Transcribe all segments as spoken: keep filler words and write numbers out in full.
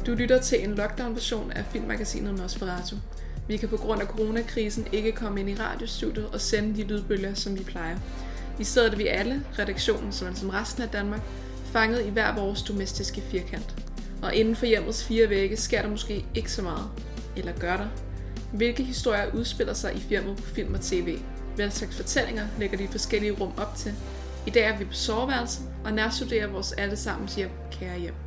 Du lytter til en lockdown-version af filmmagasinet Nosferatu. Vi kan på grund af coronakrisen ikke komme ind i radiostudiet og sende de lydbølger, som vi plejer. I stedet er vi alle, redaktionen som, som resten af Danmark, fanget i hver vores domestiske firkant. Og inden for hjemmets fire vægge sker der måske ikke så meget. Eller gør der? Hvilke historier udspiller sig i firmaet på film og tv? Hvad slags fortællinger lægger de forskellige rum op til? I dag er vi på soveværelset og nærstuderer vores allesammens hjem, kære hjem.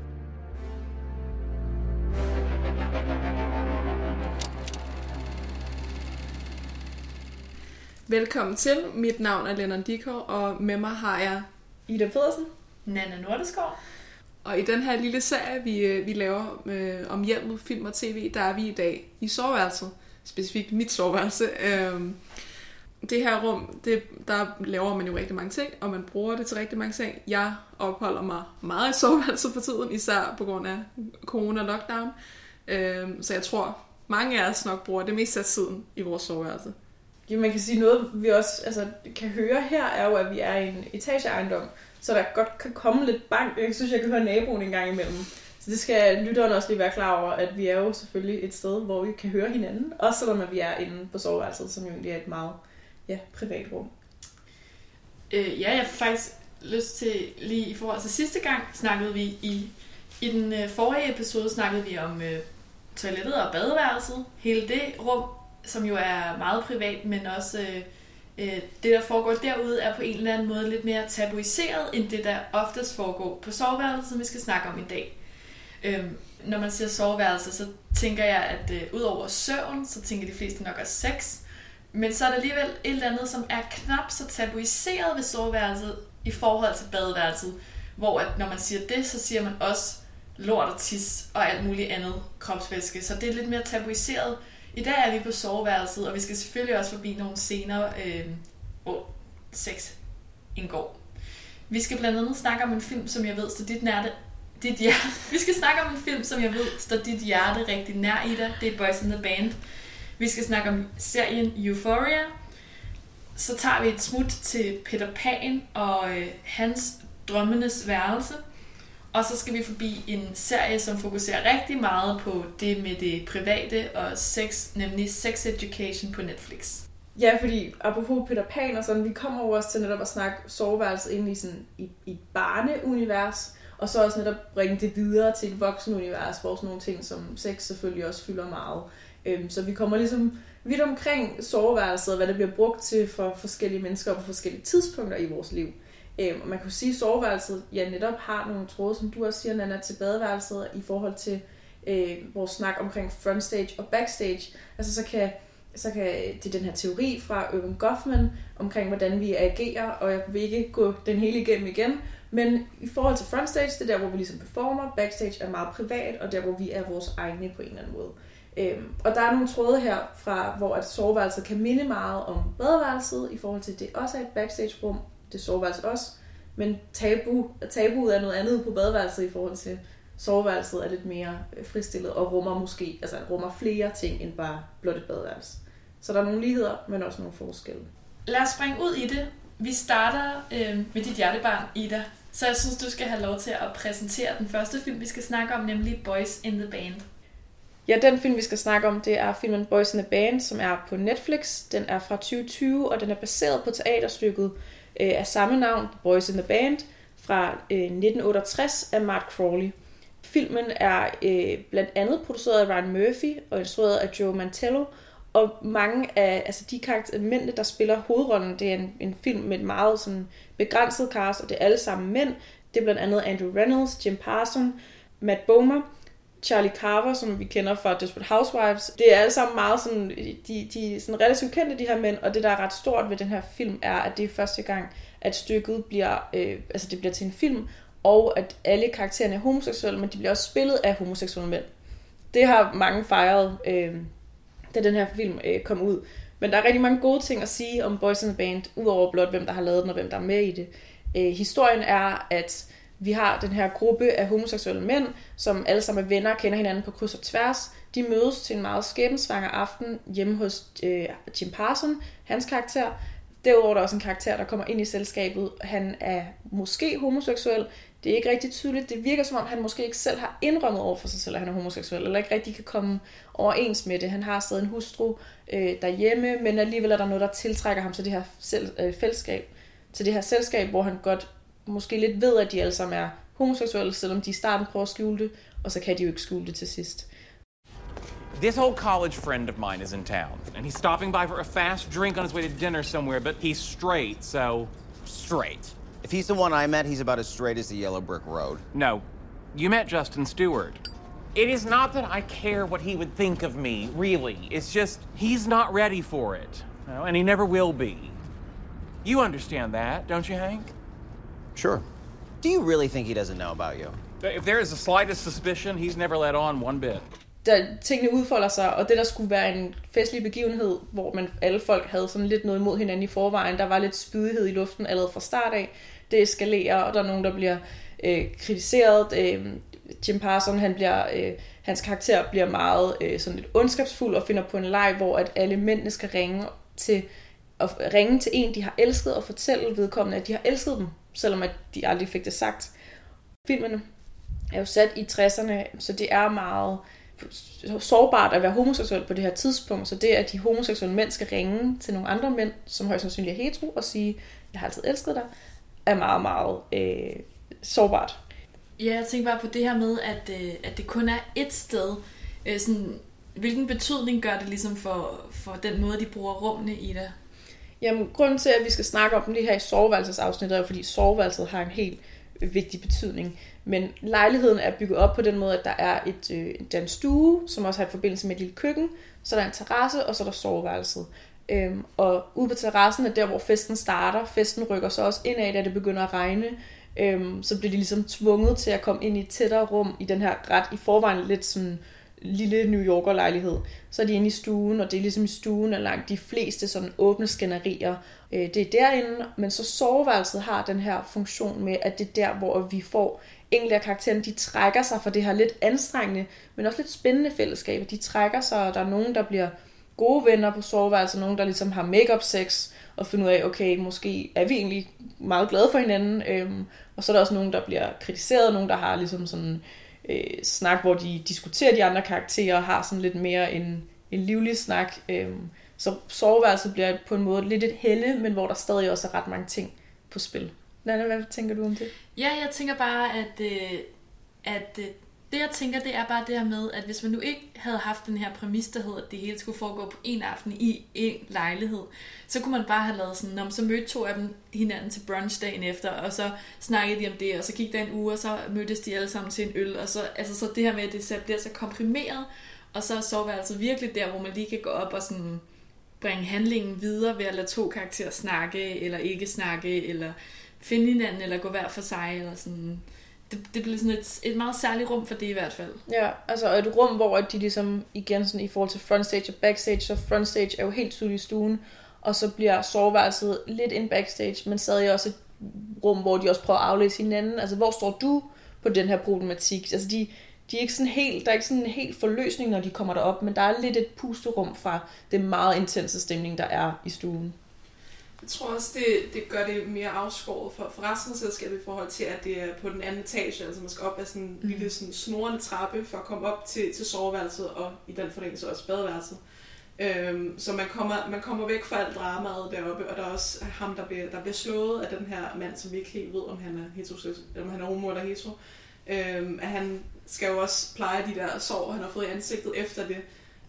Velkommen til. Mit navn er Lennon Dikov, og med mig har jeg Ida Pedersen, Nanna Nordeskov. Og i den her lille serie, vi, vi laver øh, om hjemmet, film og tv, der er vi i dag i soveværelset. Specifikt mit soveværelse. Øh, det her rum, det, der laver man jo rigtig mange ting, og man bruger det til rigtig mange ting. Jeg opholder mig meget i soveværelset for tiden, især på grund af corona og lockdown. Øh, så jeg tror, mange af os nok bruger det meste af tiden i vores soveværelse. Ja, man kan sige noget, vi også altså, kan høre her, er jo, at vi er i en etageejendom, så der godt kan komme lidt bank. Jeg synes, jeg kan høre naboen en gang imellem. Så det skal lytteren også lige være klar over, at vi er jo selvfølgelig et sted, hvor vi kan høre hinanden, også selvom vi er inde på soveværelset, som jo egentlig er et meget ja, privat rum. Øh, ja, jeg har faktisk lyst til, lige i forhold til sidste gang, snakkede vi i, i den øh, forrige episode, snakkede vi om øh, toilettet og badeværelset. Hele det rum, som jo er meget privat, men også øh, øh, det, der foregår derude, er på en eller anden måde lidt mere tabuiseret, end det, der oftest foregår på soveværelset, som vi skal snakke om i dag. Øh, når man siger soveværelse, så tænker jeg, at øh, ud over søvn, så tænker de fleste nok også sex, men så er der alligevel et eller andet, som er knap så tabuiseret ved soveværelset i forhold til badeværelset, hvor at når man siger det, så siger man også lort og tis og alt muligt andet kropsvæske, så det er lidt mere tabuiseret. I dag er vi på soveværelset, og vi skal selvfølgelig også forbi nogle scener, øh, hvor sex indgår. Vi skal blandt andet snakke om en film, som jeg ved står dit nærte, dit hjerte. Vi skal snakke om en film, som jeg ved står dit hjerte rigtig nær i dig. Det er Boys in the Band. Vi skal snakke om serien Euphoria. Så tager vi et smut til Peter Pan og øh, hans drømmenes værelse. Og så skal vi forbi en serie, som fokuserer rigtig meget på det med det private og sex, nemlig Sex Education på Netflix. Ja, fordi apropos Peter Pan og sådan, vi kommer jo også til netop at snakke soveværelset ind i, sådan, i, i et barneunivers, og så også netop bringe det videre til et voksenunivers, hvor sådan nogle ting som sex selvfølgelig også fylder meget. Øhm, så vi kommer ligesom vidt omkring soveværelset, og hvad det bliver brugt til for forskellige mennesker på forskellige tidspunkter i vores liv. Øhm, og man kan sige, at soveværelset ja, netop har nogle tråde, som du også siger, Nanna, til badeværelset i forhold til øh, vores snak omkring frontstage og backstage. Altså så kan, så kan det den her teori fra Erving Goffman omkring, hvordan vi agerer, og jeg vil ikke gå den hele igennem igen, men i forhold til frontstage, det er der, hvor vi ligesom performer, backstage er meget privat, og der, hvor vi er vores egne på en eller anden måde. Øhm, og der er nogle tråde her, fra, hvor at soveværelset kan minde meget om badeværelset, i forhold til, at det også er et backstage-rum, det er soveværelset også, men tabu, tabuet er noget andet på badeværelset i forhold til soveværelset er lidt mere fristillet og rummer måske, altså rummer flere ting end bare blot et badeværelse. Så der er nogle ligheder, men også nogle forskelle. Lad os springe ud i det. Vi starter øh, med dit hjertebarn, Ida. Så jeg synes, du skal have lov til at præsentere den første film, vi skal snakke om, nemlig Boys in the Band. Ja, den film, vi skal snakke om, det er filmen Boys in the Band, som er på Netflix. Den er fra tyve tyve, og den er baseret på teaterstykket øh, af samme navn, Boys in the Band, fra øh, nitten otteogtres af Mark Crawley. Filmen er øh, blandt andet produceret af Ryan Murphy og instrueret af Joe Mantello, og mange af altså de karakterer, mændene, der spiller hovedrollen, det er en, en film med et meget sådan, begrænset cast, og det er alle sammen mænd. Det er blandt andet Andrew Reynolds, Jim Parsons, Matt Bomer, Charlie Carver, som vi kender fra Desperate Housewives. Det er alle sammen meget sådan, de, de er sådan relativt kendte, de her mænd, og det, der er ret stort ved den her film, er, at det er første gang, at stykket bliver, øh, altså det bliver til en film, og at alle karaktererne er homoseksuelle, men de bliver også spillet af homoseksuelle mænd. Det har mange fejret, øh, da den her film øh, kom ud. Men der er rigtig mange gode ting at sige om Boys in the Band, udover blot hvem der har lavet den og hvem der er med i det. Øh, historien er, at vi har den her gruppe af homoseksuelle mænd, som alle sammen er venner og kender hinanden på kryds og tværs. De mødes til en meget skæbnesvanger aften hjemme hos øh, Jim Parsons, hans karakter. Derudover er der også en karakter, der kommer ind i selskabet. Han er måske homoseksuel. det er ikke rigtig tydeligt. Det virker som om, han måske ikke selv har indrømmet over for sig selv, at han er homoseksuel, eller ikke rigtig kan komme overens med det. Han har stadig en hustru øh, derhjemme, men alligevel er der noget, der tiltrækker ham til det her selv, øh, fællesskab, til det her selskab, hvor han godt måske lidt ved, at de alle sammen er homoseksuelle, selvom de i starten prøver at skjule det, og så kan de jo ikke skjule det til sidst. This old college friend of mine is in town, and he's stopping by for a fast drink on his way to dinner somewhere, but he's straight, so straight. If he's the one I met, he's about as straight as the yellow brick road. No, you met Justin Stewart. It is not that I care what he would think of me, really. It's just, he's not ready for it, you know, and he never will be. You understand that, don't you, Hank? Sure. Do you really think he doesn't know about you? If there is the slightest suspicion, he's never let on one bit. Da tingene udfolder sig, og det der skulle være en festlig begivenhed, hvor man alle folk havde sådan lidt noget imod hinanden i forvejen, der var lidt spydighed i luften allerede fra start af. Det eskalerer, og der er nogen, der bliver øh, kritiseret. Øh, Jim Parsons, han bliver, øh, hans karakter bliver meget øh, sådan lidt ondskabsfuld og finder på en leg, hvor at alle mændene skal ringe til, og ringe til en, de har elsket, og fortælle vedkommende, at de har elsket dem, selvom at de aldrig fik det sagt. Filmene er jo sat i tresserne, så det er meget sårbart at være homoseksuel på det her tidspunkt, så det, at de homoseksuelle mænd skal ringe til nogle andre mænd, som højst sandsynligt er hetero, og sige, jeg har altid elsket dig, er meget, meget øh, sårbart. Ja, jeg tænker bare på det her med, at, øh, at det kun er ét sted. Øh, sådan, hvilken betydning gør det ligesom for, for den måde, de bruger rummene i det? Jamen, grunden til, at vi skal snakke om det her i soveværelsesafsnittet, er jo, fordi soveværelset har en helt vigtig betydning. Men lejligheden er bygget op på den måde, at der er et, øh, der er en stue, som også har et forbindelse med et lille køkken, så der er en terrasse, og så er der soveværelset. Øhm, og ude på terrassen er der, hvor festen starter. Festen rykker så også indad, da det begynder at regne. Øhm, så bliver de ligesom tvunget til at komme ind i et tættere rum i den her ret i forvejen lidt sådan lille New Yorker lejlighed. Så er de inde i stuen, og det er ligesom i stuen er langt de fleste sådan åbne skænderier. Øh, det er derinde, men så soveværelset har den her funktion med, at det er der, hvor vi får enkelte af karaktererne, de trækker sig fra det her lidt anstrengende, men også lidt spændende fællesskab. De trækker sig, og der er nogen, der bliver gode venner på soveværelset, nogen, der ligesom har make-up sex, og finder ud af, okay, måske er vi egentlig meget glade for hinanden. Øhm, og så er der også nogen, der bliver kritiseret, nogen, der har ligesom sådan øh, snak, hvor de diskuterer de andre karakterer, og har sådan lidt mere en, en livlig snak. Øhm, så soveværelset bliver på en måde lidt et helle, men hvor der stadig også er ret mange ting på spil. Nanna, hvad tænker du om det? Ja, jeg tænker bare, at, øh, at øh, det jeg tænker, det er bare det her med, at hvis man nu ikke havde haft den her præmis, der hedder, at det hele skulle foregå på en aften i en lejlighed, så kunne man bare have lavet sådan, om så mødte to af dem hinanden til brunch dagen efter, og så snakkede de om det, og så gik der en uge, og så mødtes de alle sammen til en øl, og så, altså, så det her med, at det så bliver så komprimeret, og så er soveværelset virkelig der, hvor man lige kan gå op og sådan bringe handlingen videre ved at lade to karakterer snakke, eller ikke snakke, eller finde hinanden, eller gå hver for sig, eller sådan. Det, det bliver sådan et, et meget særligt rum for det i hvert fald. Ja, altså et rum, hvor de ligesom, igen sådan i forhold til frontstage og backstage, så frontstage er jo helt tydeligt i stuen, og så bliver soveværelset lidt en backstage, men stadig også et rum, hvor de også prøver at aflæse hinanden. Altså, hvor står du på den her problematik? Altså, de, de er ikke sådan helt, der er ikke sådan en helt forløsning, når de kommer derop, men der er lidt et pusterum fra den meget intense stemning, der er i stuen. Jeg tror også, det, det gør det mere afskåret for, for resten af selskabet i forhold til, at det er på den anden etage. Altså man skal op ad sådan en mm. lille sådan snorende trappe for at komme op til, til soveværelset og i den forlængelse også badeværelset. Øhm, så man kommer, man kommer væk fra alt dramaet deroppe, og der er også ham, der bliver, der bliver slået af den her mand, som vi ikke helt ved, om han er heteroseksuel, eller om han er homo eller hetero. Øhm, at han skal jo også pleje de der sår, han har fået i ansigtet efter det.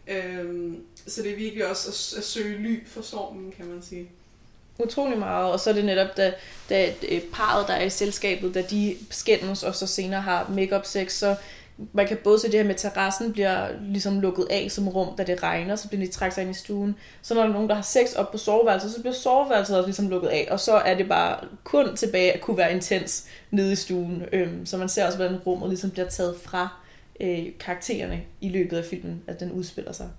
Øhm, så det er virkelig også at, at søge ly for stormen, kan man sige. Utrolig meget, og så er det netop, da, da parret, der er i selskabet, da de skændes, og så senere har make-up sex, så man kan både se det her med, terrassen bliver ligesom lukket af som rum, da det regner, så bliver de trækket sig ind i stuen. Så når der er nogen, der har sex op på soveværelset, så bliver soveværelset også ligesom lukket af, og så er det bare kun tilbage at kunne være intens nede i stuen. Øhm, så man ser også, hvordan rummet ligesom bliver taget fra øh, karaktererne i løbet af filmen, at den udspiller sig.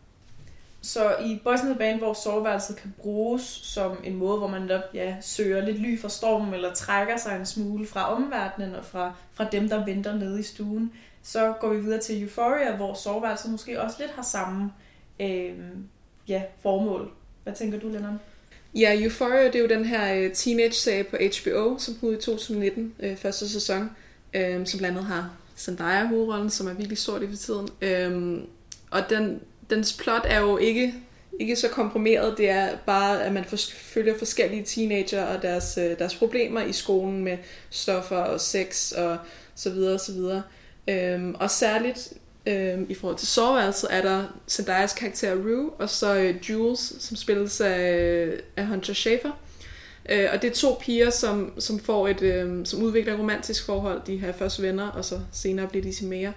Så i Boys in the Band, hvor soveværelset kan bruges som en måde, hvor man netop, ja, søger lidt ly fra stormen, eller trækker sig en smule fra omverdenen og fra, fra dem, der venter nede i stuen, så går vi videre til Euphoria, hvor soveværelset måske også lidt har samme øh, ja, formål. Hvad tænker du, Lennon? Ja, Euphoria, det er jo den her teenage-serie på H B O, som kom ud i to tusind nitten, øh, første sæson, øhm, som blandt andet har Zendaya hovedrollen, som er virkelig stort i for tiden. Øhm, og den, dens plot er jo ikke, ikke så komprimeret. Det er bare, at man følger forskellige teenager og deres, deres problemer i skolen med stoffer og sex og så videre og så videre. Øhm, og særligt øhm, i forhold til soveværelset er der Zendayas karakter Rue, og så øh, Jules, som spilles af, af Hunter Schafer. Øh, og det er to piger, som, som får et, øh, som udvikler et romantisk forhold. De har først venner, og så senere bliver de til mere.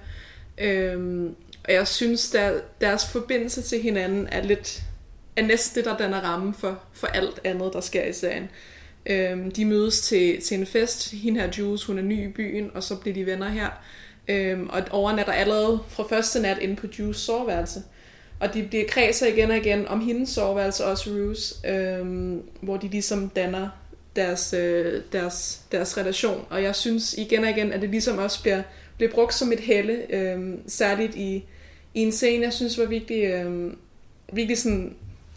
Øh, og jeg synes, der, deres forbindelse til hinanden er lidt er næsten det, der danner ramme for, for alt andet, der sker i serien. Øh, de mødes til, til en fest. Hende her Jules, hun er ny i byen, og så bliver de venner her. Øh, og overnatter allerede fra første nat inde på Jules' soveværelse. Og de bliver kredser igen og igen om hendes soveværelse, også Rues, øhm, hvor de ligesom danner deres, øh, deres, deres relation. Og jeg synes igen og igen, at det ligesom også bliver, bliver brugt som et helle, øh, særligt i, i en scene, jeg synes var virkelig, øh, virkelig sådan,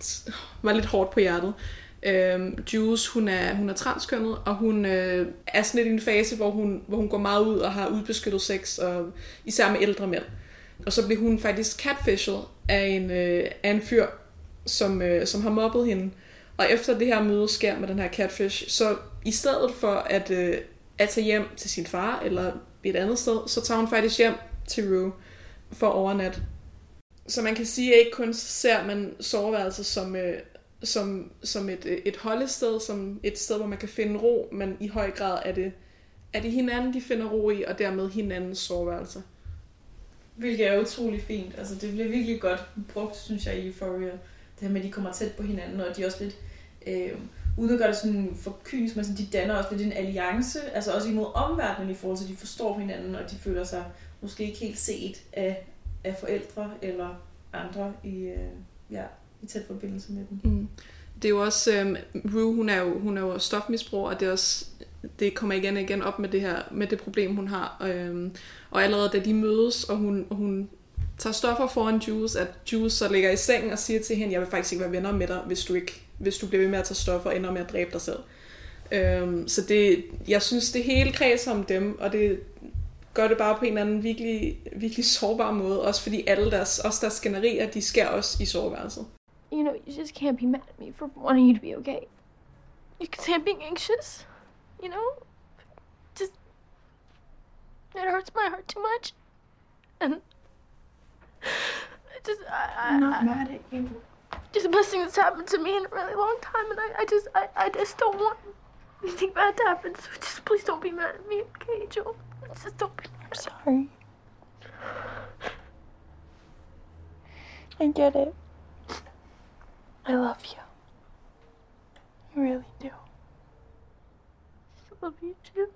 var lidt hårdt på hjertet. Øh, Jules, hun er, hun er transkønnet, og hun øh, er sådan lidt i en fase, hvor hun, hvor hun går meget ud og har udbeskyttet sex, og især med ældre mænd. Og så bliver hun faktisk catfished af en, øh, af en fyr, som, øh, som har mobbet hende. Og efter det her møde sker med den her catfish, så i stedet for at, øh, at tage hjem til sin far eller et andet sted, så tager hun faktisk hjem til Rue for overnat. Så man kan sige, at ikke kun ser man soveværelset som, øh, som, som et, et holdested, som et sted, hvor man kan finde ro, men i høj grad er det, er det hinanden, de finder ro i, og dermed hinandens soveværelser. Hvilket er utrolig fint. Altså, det bliver virkelig godt brugt, synes jeg, i Euphoria. Det her med, at de kommer tæt på hinanden, og de er også lidt, øh, uden at gøre det sådan for kynisk, men sådan, de danner også lidt en alliance, altså også imod omverdenen i forhold til, at de forstår hinanden, og de føler sig måske ikke helt set af, af forældre eller andre i, øh, ja, i tæt forbindelse med dem. Mm. Det er jo også, øh, Rue, hun er jo, hun er jo stofmisbruger, og det er også, det kommer igen og igen op med det her, med det problem, hun har. Øhm, og allerede da de mødes, og hun, og hun tager stoffer foran Jules, at Jules så ligger i sengen og siger til hende, jeg vil faktisk ikke være venner med dig, hvis du, ikke, hvis du bliver ved med at tage stoffer og ender med at dræbe dig selv. Øhm, så det, jeg synes, det hele kredser om dem, og det gør det bare på en eller anden virkelig, virkelig sårbar måde, også fordi alle deres, også deres skænderier, de sker også i soveværelset. You know, you just can't be mad at me for wanting you to be okay. You can say I'm being anxious. You know, just, it hurts my heart too much, and I just, I, I, I'm not I, mad at you. just the best thing that's happened to me in a really long time, and I, I just, I, I just don't want anything bad to happen, so just please don't be mad at me, okay, Joel? Just don't be mad. I'm sorry. I get it. I love you. I really do. I love you too.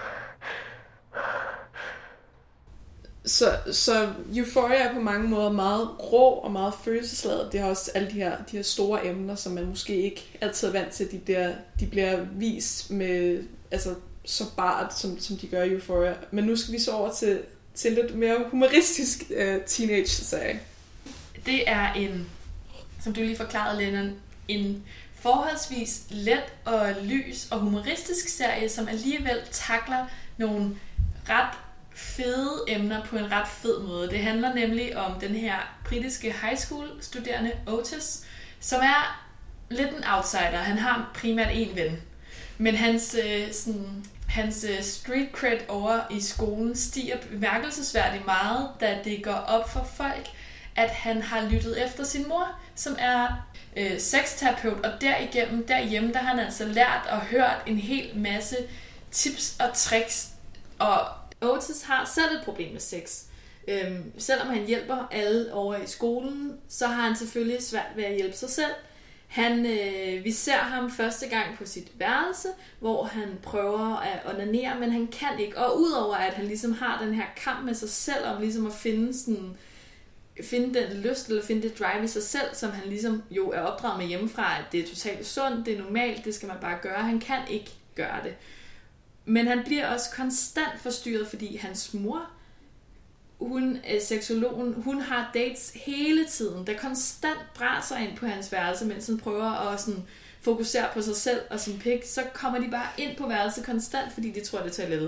Så, så Euphoria er på mange måder meget rå og meget følelsesladet. Det har også alle de her, de her store emner, som man måske ikke altid er vant til. De bliver, de bliver vist med, altså, så bart, som, som de gør i Euphoria. Men nu skal vi så over til, til lidt mere humoristisk uh, teenage-serie. Det er en, som du lige forklarede, Lennon, en forholdsvis let og lys og humoristisk serie, som alligevel takler nogle ret fede emner på en ret fed måde. Det handler nemlig om den her britiske high school studerende Otis, som er lidt en outsider. Han har primært én ven, men hans, øh, sådan, hans street cred over i skolen stiger bemærkelsesværdigt meget, da det går op for folk, at han har lyttet efter sin mor, som er øh, sexterapeut, og derigennem, derhjemme, der har han altså lært og hørt en hel masse tips og tricks. Og Otis har selv et problem med sex. Øhm, selvom han hjælper alle over i skolen, så har han selvfølgelig svært ved at hjælpe sig selv. Han, øh, vi ser ham første gang på sit værelse, hvor han prøver at onanere, men han kan ikke. Og udover at han ligesom har den her kamp med sig selv, om ligesom at finde sådan... finde den lyst, eller finde det drive i sig selv, som han ligesom jo er opdraget med hjemmefra, at det er totalt sundt, det er normalt, det skal man bare gøre. Han kan ikke gøre det. Men han bliver også konstant forstyrret, fordi hans mor, hun er seksologen, hun har dates hele tiden, der konstant brænder ind på hans værelse, mens han prøver at sådan fokusere på sig selv og sin pik, så kommer de bare ind på værelset konstant, fordi de tror, det er toilettet.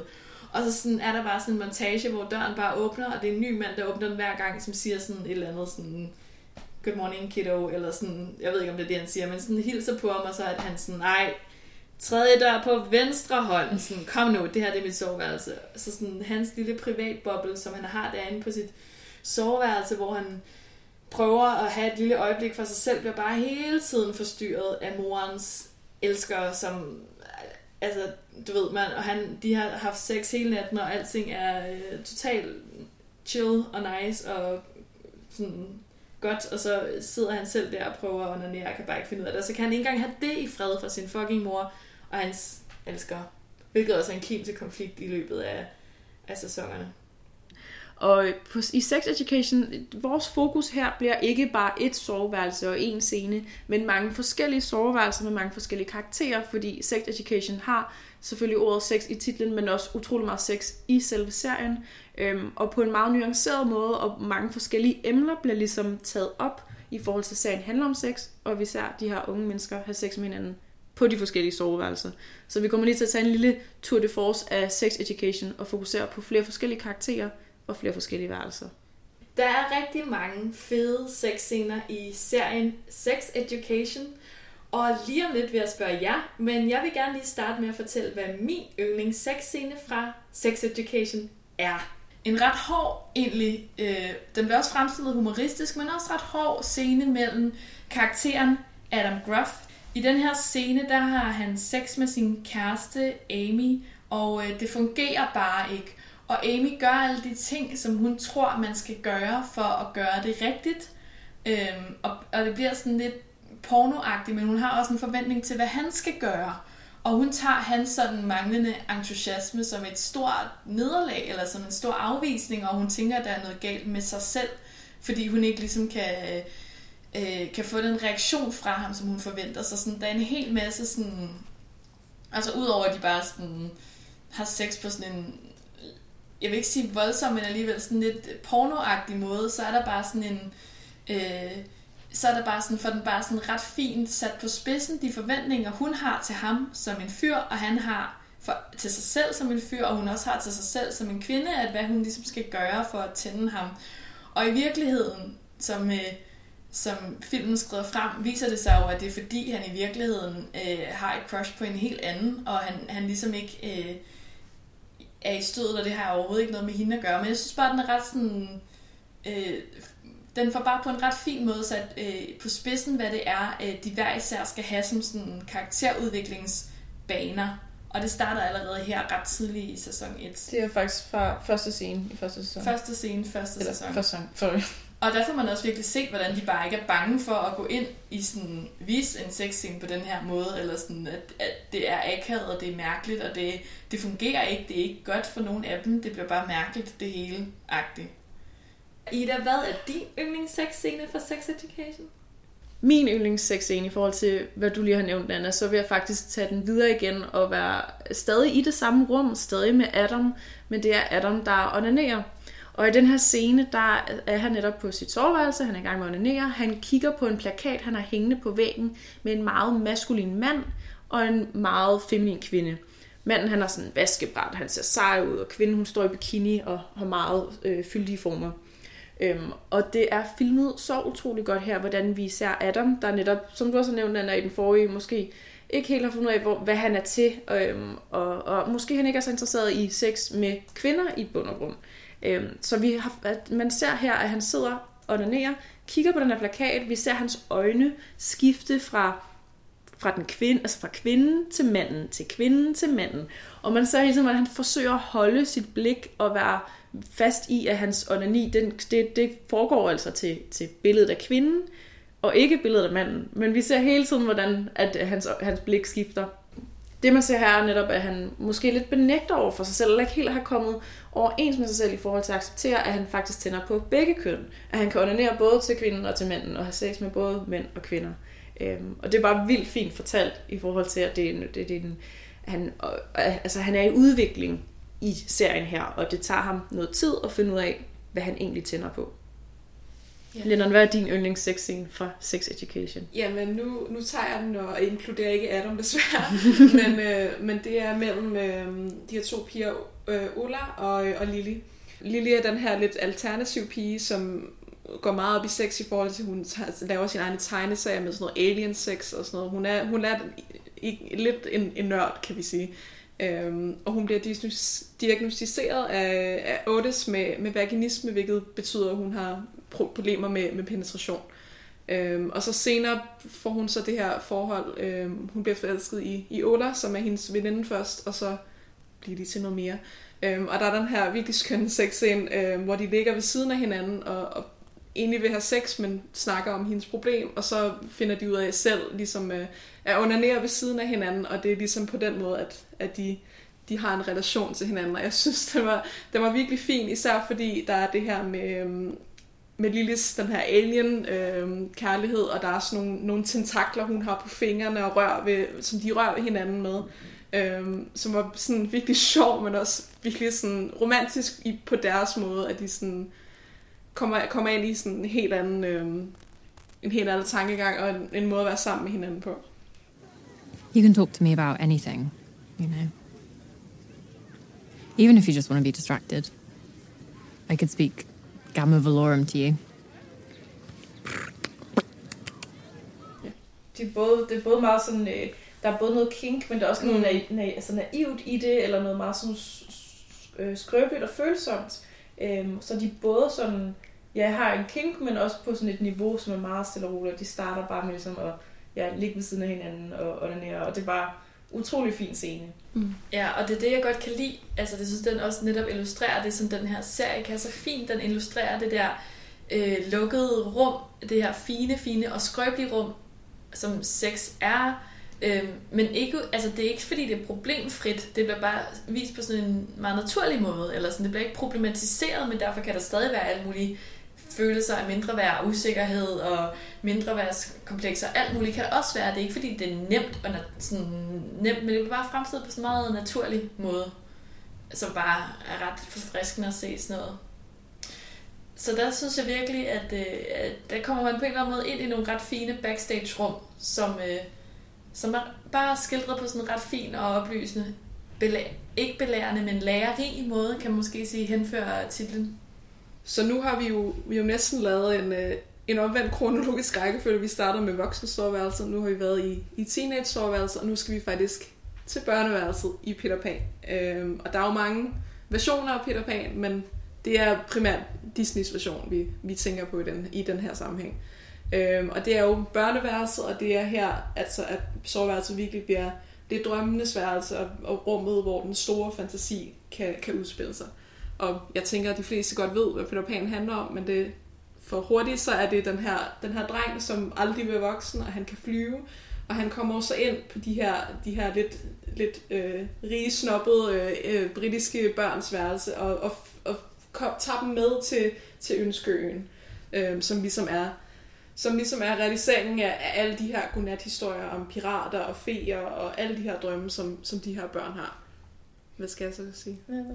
Og så sådan, er der bare sådan en montage, hvor døren bare åbner, og det er en ny mand, der åbner den hver gang, som siger sådan et eller andet sådan, good morning kiddo, eller sådan, jeg ved ikke om det er det, han siger, men sådan hilser på ham, og så er han sådan, nej, tredje dør på venstre hånd, sådan, kom nu, det her det er mit soveværelse. Så sådan hans lille privatboble, som han har derinde på sit soveværelse, hvor han prøver at have et lille øjeblik for sig selv, bliver bare hele tiden forstyrret af morens elskere, som, altså, du ved, man, og han, de har haft sex hele natten, og alting er øh, totalt chill og nice, og sådan godt, og så sidder han selv der og prøver at onanere, og kan bare ikke finde ud af det, og så kan han ikke engang have det i fred fra sin fucking mor og hans elskere, hvilket også er en kim til konflikt i løbet af, af sæsonerne. Og på, i Sex Education, vores fokus her bliver ikke bare et soveværelse og en scene, men mange forskellige soveværelser med mange forskellige karakterer, fordi Sex Education har selvfølgelig ordet sex i titlen, men også utrolig meget sex i selve serien, øhm, og på en meget nuanceret måde, og mange forskellige emner bliver ligesom taget op i forhold til serien handler om sex, og vi ser de her unge mennesker have sex med hinanden på de forskellige soveværelser. Så vi kommer lige til at tage en lille tour de force af Sex Education og fokusere på flere forskellige karakterer og flere forskellige værelser. Der er rigtig mange fede sexscener i serien Sex Education, og lige om lidt vil jeg spørge jer, men jeg vil gerne lige starte med at fortælle, hvad min yndlings sexscene fra Sex Education er. En ret hård, egentlig, øh, den bliver også fremstillet humoristisk, men også ret hård scene mellem karakteren Adam Gruff. I den her scene, der har han sex med sin kæreste Amy, og øh, det fungerer bare ikke. Og Amy gør alle de ting, som hun tror, man skal gøre for at gøre det rigtigt. Øhm, og, og det bliver sådan lidt pornoagtigt, men hun har også en forventning til, hvad han skal gøre. Og hun tager hans sådan manglende entusiasme som et stort nederlag, eller som en stor afvisning, og hun tænker, at der er noget galt med sig selv, fordi hun ikke ligesom kan, øh, kan få den reaktion fra ham, som hun forventer. Så sådan, der er en hel masse sådan, altså udover at de bare sådan har sex på sådan en, jeg vil ikke sige voldsom, men alligevel sådan lidt pornoagtig måde, så er der bare sådan en, øh, så er der bare sådan, for den bare sådan ret fint sat på spidsen, de forventninger, hun har til ham som en fyr, og han har for, til sig selv som en fyr, og hun også har til sig selv som en kvinde, at hvad hun ligesom skal gøre for at tænde ham. Og i virkeligheden, som, øh, som filmen skriver frem, viser det sig jo, at det er fordi, han i virkeligheden øh, har et crush på en helt anden, og han, han ligesom ikke øh, er i stødet, og det har overhovedet ikke noget med hende at gøre. Men jeg synes bare, den er ret sådan, øh, den får bare på en ret fin måde sat øh, på spidsen, hvad det er, øh, de hver især skal have som sådan karakterudviklingsbaner. Og det starter allerede her ret tidligt i sæson et. Det er faktisk fra første scene i første sæson. Første scene, første Eller sæson. Første sæson, sorry. Og der får man også virkelig set, hvordan de bare ikke er bange for at gå ind i sådan, vise en sexscene på den her måde, eller sådan, at, at det er akavet, og det er mærkeligt, og det, det fungerer ikke, det er ikke godt for nogen af dem, det bliver bare mærkeligt, det hele agtigt. Ida, hvad er din yndlingssexscene fra Sex Education? Min yndlingssexscene i forhold til, hvad du lige har nævnt, Anna, så vil jeg faktisk tage den videre igen og være stadig i det samme rum, stadig med Adam, men det er Adam, der onanerer. Og i den her scene, der er han netop på sit soveværelse, han er i gang med at onanere, han kigger på en plakat, han har hængende på væggen, med en meget maskulin mand og en meget feminin kvinde. Manden, han har sådan en vaskebræt, han ser sej ud, og kvinden, hun står i bikini og har meget øh, fyldige former. Øhm, og det er filmet så utrolig godt her, hvordan vi ser Adam, der netop, som du også har nævnt, Anna, i den forrige, måske ikke helt har fundet ud af, hvor, hvad han er til, øhm, og, og måske han ikke er så interesseret i sex med kvinder i bund og grund. Øhm, så vi har, at man ser her, at han sidder og onanerer, kigger på den her plakat, vi ser hans øjne skifte fra fra den kvinde, altså fra kvinden til manden, til kvinden til manden. Og man ser hele tiden, hvordan han forsøger at holde sit blik og være fast i, at hans onani, det, det, det foregår altså til, til billedet af kvinden, og ikke billedet af manden. Men vi ser hele tiden, hvordan at hans, hans blik skifter. Det man ser her er netop, at han måske lidt benægter over for sig selv, eller ikke helt har kommet overens med sig selv i forhold til at acceptere, at han faktisk tænder på begge køn. At han kan onanere både til kvinden og til manden, og have sex med både mænd og kvinder. Øhm, og det er bare vildt fint fortalt i forhold til, at det er, det, det er en, han, altså, han er i udvikling i serien her, og det tager ham noget tid at finde ud af, hvad han egentlig tænder på. Yeah. Lennon, hvad er din yndlings sexscene fra Sex Education? Jamen, nu, nu tager jeg den og inkluderer ikke Adam desværre, men, øh, men det er mellem øh, de her to piger, øh, Ulla og, og Lily. Lily er den her lidt alternativ pige, som går meget op i sex i forhold til, at hun laver sin egen tegneserier med sådan noget alien sex og sådan noget. Hun er, hun er i, lidt en, en nørd, kan vi sige. Øhm, og hun bliver diagnostiseret af, af Otis med, med vaginisme, hvilket betyder, at hun har problemer med, med penetration. Øhm, og så senere får hun så det her forhold. Øhm, hun bliver forelsket i, i Ulla, som er hendes veninde først, og så bliver de til noget mere. Øhm, og der er den her virkelig skønne sexscene, øhm, hvor de ligger ved siden af hinanden og, og egentlig vil have sex, men snakker om hendes problem, og så finder de ud af selv ligesom øh, at onanere ved siden af hinanden, og det er ligesom på den måde, at, at de, de har en relation til hinanden, og jeg synes, det var, det var virkelig fint, især fordi der er det her med, øhm, med Lillys, den her alien øhm, kærlighed, og der er sådan nogle, nogle tentakler, hun har på fingrene og rør ved, som de rører ved hinanden med, øhm, som var sådan virkelig sjov, men også virkelig sådan romantisk i, på deres måde, at de sådan kommer, kommer ind i sådan en helt anden, øhm, en helt anden tankegang og en, en måde at være sammen med hinanden på. You can talk to me about anything, you know. Even if you just want to be distracted. I could speak Gamma Valorum to you. Ja. Det er både, det er både meget sådan, øh, der er både noget kink, men der er også mm. noget na- na- altså naivt i det, eller noget meget sådan øh, skrøbeligt og følsomt. Øhm, så de både sådan, ja, har en kink, men også på sådan et niveau, som er meget stille og roligt. De starter bare med ligesom at ja, ligge ved siden af hinanden og onanere, og det er bare utrolig fin scene. Mm. Ja, og det er det, jeg godt kan lide. Altså, det synes den også netop illustrerer det, som den her serie kan så fint. Den illustrerer det der øh, lukkede rum, det her fine, fine og skrøbelige rum, som sex er. Øh, men ikke, altså, det er ikke fordi, det er problemfrit. Det bliver bare vist på sådan en meget naturlig måde. Eller sådan, det bliver ikke problematiseret, men derfor kan der stadig være alle mulige følelser af mindreværd, usikkerhed og mindreværdskomplekser. Alt muligt kan der også være. Det er ikke fordi, det er nemt, og sådan nemt, men det bliver bare fremstillet på sådan en meget naturlig måde. Som bare er ret forfriskende at se sådan noget. Så der synes jeg virkelig, at, at der kommer man på en eller anden måde ind i nogle ret fine backstage-rum, som, som er bare skildret på sådan en ret fin og oplysende, belæ- ikke belærende, men lærerig måde, kan man måske sige, henfører titlen. Så nu har vi jo, vi jo næsten lavet en, en omvendt kronologisk rækkefølge. Vi starter med voksensoveværelset, nu har vi været i, i teenage-soveværelset, og nu skal vi faktisk til børneværelset i Peter Pan. Øhm, og der er jo mange versioner af Peter Pan, men det er primært Disneys version, vi, vi tænker på i den, i den her sammenhæng. Øhm, og det er jo børneværelset, og det er her, altså, at soveværelset virkelig bliver det drømmenes værelse, og, og rummet, hvor den store fantasi kan, kan udspille sig. Og jeg tænker, at de fleste godt ved, hvad Peter Pan handler om, men det, for hurtigt så er det den her, den her dreng, som aldrig bliver voksen, og han kan flyve. Og han kommer også ind på de her, de her lidt, lidt øh, rige, snobbede øh, britiske børns værelse, og, og, og kom, tager dem med til, til Ønskeøen, øh, som ligesom er som ligesom er realiseringen af, af alle de her godnat-historier om pirater og feer, og alle de her drømme, som, som de her børn har. Hvad skal jeg så sige?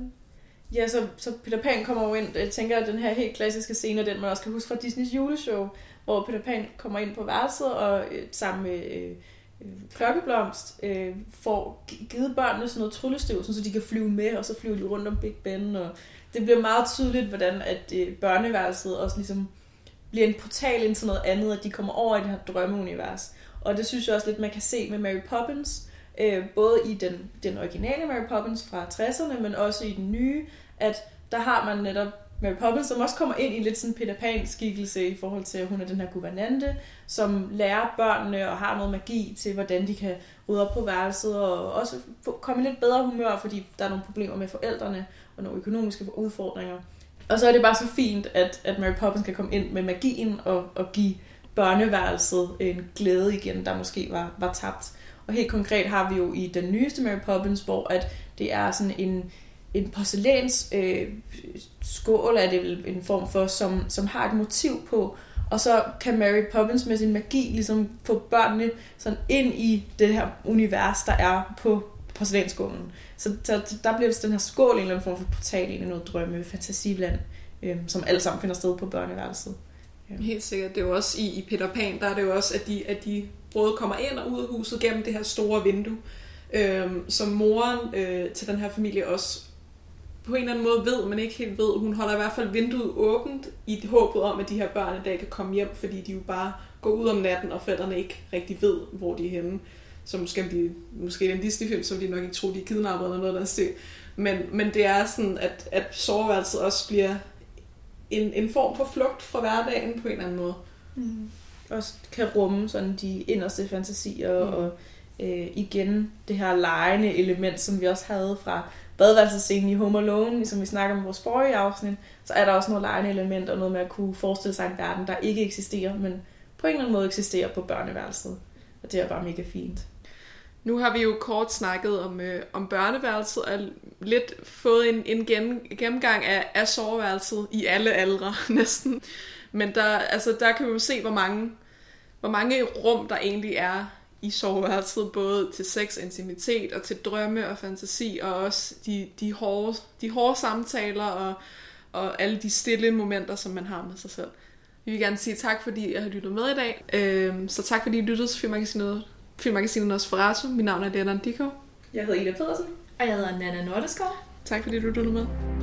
Ja, så, så Peter Pan kommer jo ind. Jeg tænker, at den her helt klassiske scene, den man også kan huske fra Disneys juleshow, hvor Peter Pan kommer ind på værelset og øh, sammen med øh, Klokkeblomst øh, får givet børnene sådan noget tryllestøv, så de kan flyve med, og så flyver de rundt om Big Ben. Og det bliver meget tydeligt, hvordan at øh, børneværelset også ligesom bliver en portal ind til noget andet, at de kommer over i det her drømmeunivers. Og det synes jeg også lidt, man kan se med Mary Poppins, øh, både i den, den originale Mary Poppins fra tresserne, men også i den nye, at der har man netop Mary Poppins, som også kommer ind i lidt sådan Peter Pan-skikkelse i forhold til, at hun er den her guvernante, som lærer børnene og har noget magi til, hvordan de kan rydde op på værelset, og også komme i lidt bedre humør, fordi der er nogle problemer med forældrene og nogle økonomiske udfordringer. Og så er det bare så fint, at, at Mary Poppins kan komme ind med magien og, og give børneværelset en glæde igen, der måske var, var tabt. Og helt konkret har vi jo i den nyeste Mary Poppins, hvor at det er sådan en, en porcelæns øh, skål, er det vel en form for, som, som har et motiv på. Og så kan Mary Poppins med sin magi ligesom få børnene sådan ind i det her univers, der er på porcelænsskålen. Så, så der bliver det den her skål en eller anden form for portal ind i noget drømme, fantasiland, øh, som alle sammen finder sted på børneværelset. Ja. Helt sikkert. Det er jo også i, i Peter Pan, der er det jo også, at de, at de både kommer ind og ud af huset gennem det her store vindue, øh, som moren øh, til den her familie også på en eller anden måde ved, men ikke helt ved. Hun holder i hvert fald vinduet åbent i håbet om, at de her børn en dag kan komme hjem, fordi de jo bare går ud om natten, og forældrene ikke rigtig ved, hvor de er henne. Så måske, de, måske en Disney-film, så vil de nok ikke tro, de er kidnappet eller noget der stil. Men, men det er sådan, at, at soveværelset også bliver en, en form for flugt fra hverdagen på en eller anden måde. Mm. Også kan rumme sådan de inderste fantasier, mm. og øh, igen det her legende element, som vi også havde fra badeværelsescenen i Home Alone, ligesom vi snakker om i vores forrige afsnit, så er der også nogle legende elementer og noget med at kunne forestille sig en verden, der ikke eksisterer, men på en eller anden måde eksisterer på børneværelset. Og det er bare mega fint. Nu har vi jo kort snakket om, øh, om børneværelset, og lidt fået en, en gen, gennemgang af, af soveværelset i alle aldre næsten. Men der, altså, der kan vi jo se, hvor mange, hvor mange rum der egentlig er i soveværelset, både til sex, intimitet og til drømme og fantasi, og også de, de, hårde, de hårde samtaler og, og alle de stille momenter, som man har med sig selv. Vi vil gerne sige tak, fordi jeg har lyttet med i dag. Øhm, så tak, fordi I lyttede til Filmmagasinet, Filmmagasinet Nosferatu. Mit navn er Lena Dikov. Jeg hedder Ida Pedersen. Og jeg hedder Nana Nordeskov. Tak, fordi du lyttede med.